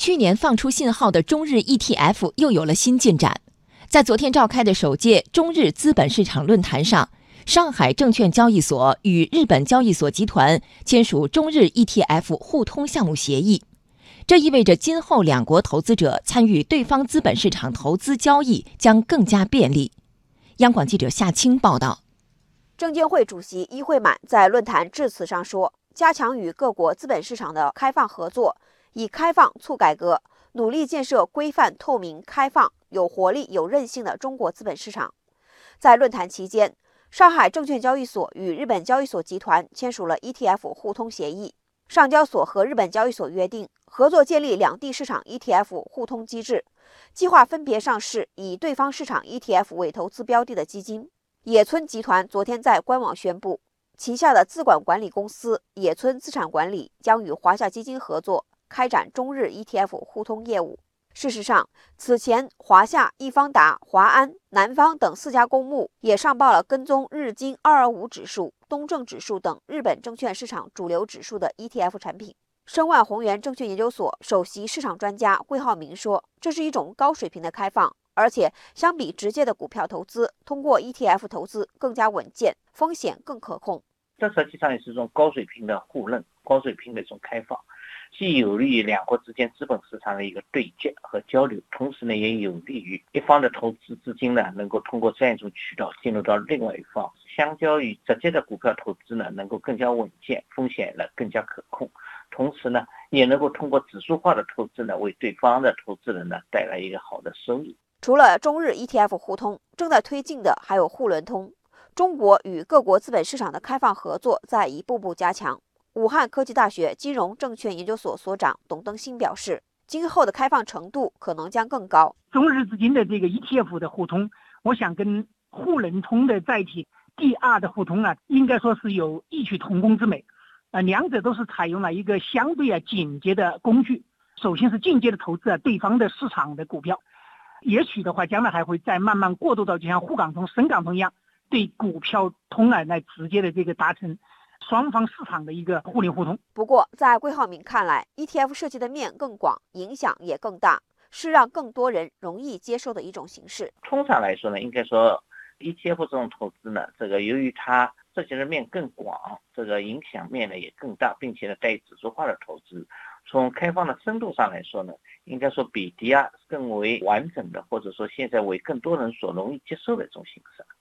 去年放出信号的中日 ETF 又有了新进展。在昨天召开的首届中日资本市场论坛上，上海证券交易所与日本交易所集团签署中日 ETF 互通项目协议。这意味着今后两国投资者参与对方资本市场投资交易将更加便利。央广记者夏青报道。 证监会主席易会满在论坛致辞上说，加强与各国资本市场的开放合作，以开放促改革，努力建设规范、透明、开放、有活力、有韧性的中国资本市场。在论坛期间，上海证券交易所与日本交易所集团签署了 ETF 互通协议。上交所和日本交易所约定合作建立两地市场 ETF 互通机制，计划分别上市以对方市场 ETF 为投资标的的基金。野村集团昨天在官网宣布，旗下的资管管理公司野村资产管理将与华夏基金合作，开展中日 ETF 互通业务。事实上，此前华夏、易方达、华安、南方等4家公募也上报了跟踪日经225指数、东证指数等日本证券市场主流指数的 ETF 产品。申万宏源证券研究所首席市场专家桂浩明说，这是一种高水平的开放，而且相比直接的股票投资，通过 ETF 投资更加稳健，风险更可控。 这实际上也是一种高水平的互认，高水平的一种开放，既有利于两国之间资本市场的一个对接和交流，同时呢，也有利于一方的投资资金呢，能够通过这样一种渠道进入到另外一方。相较于直接的股票投资呢，能够更加稳健，风险呢更加可控，同时呢，也能够通过指数化的投资呢，为对方的投资人呢带来一个好的收益。 除了中日 ETF 互通，正在推进的还有沪伦通。中国与各国资本市场的开放合作在一步步加强。武汉科技大学金融证券研究所所长董登新表示，今后的开放程度可能将更高。 中日之间的这个 ETF 的互通，我想跟沪伦通的载体 DR 的互通应该说是有异曲同工之美。两者都是采用了一个相对紧接的工具。首先是间接的投资对方的市场的股票，也许的话将来还会再慢慢过渡到就像沪港通、深港通一样，对股票通来直接的这个达成双方市场的一个互联互通。 不过在桂浩明看来， ETF 涉及的面更广，影响也更大，是让更多人容易接受的一种形式。 通常来说呢，应该说 ETF 这种投资呢，这个由于它涉及的面更广，这个影响面呢也更大，并且呢带指数化的投资，从开放的深度上来说呢，应该说比 DR 更为完整的，或者说现在为更多人所容易接受的一种形式。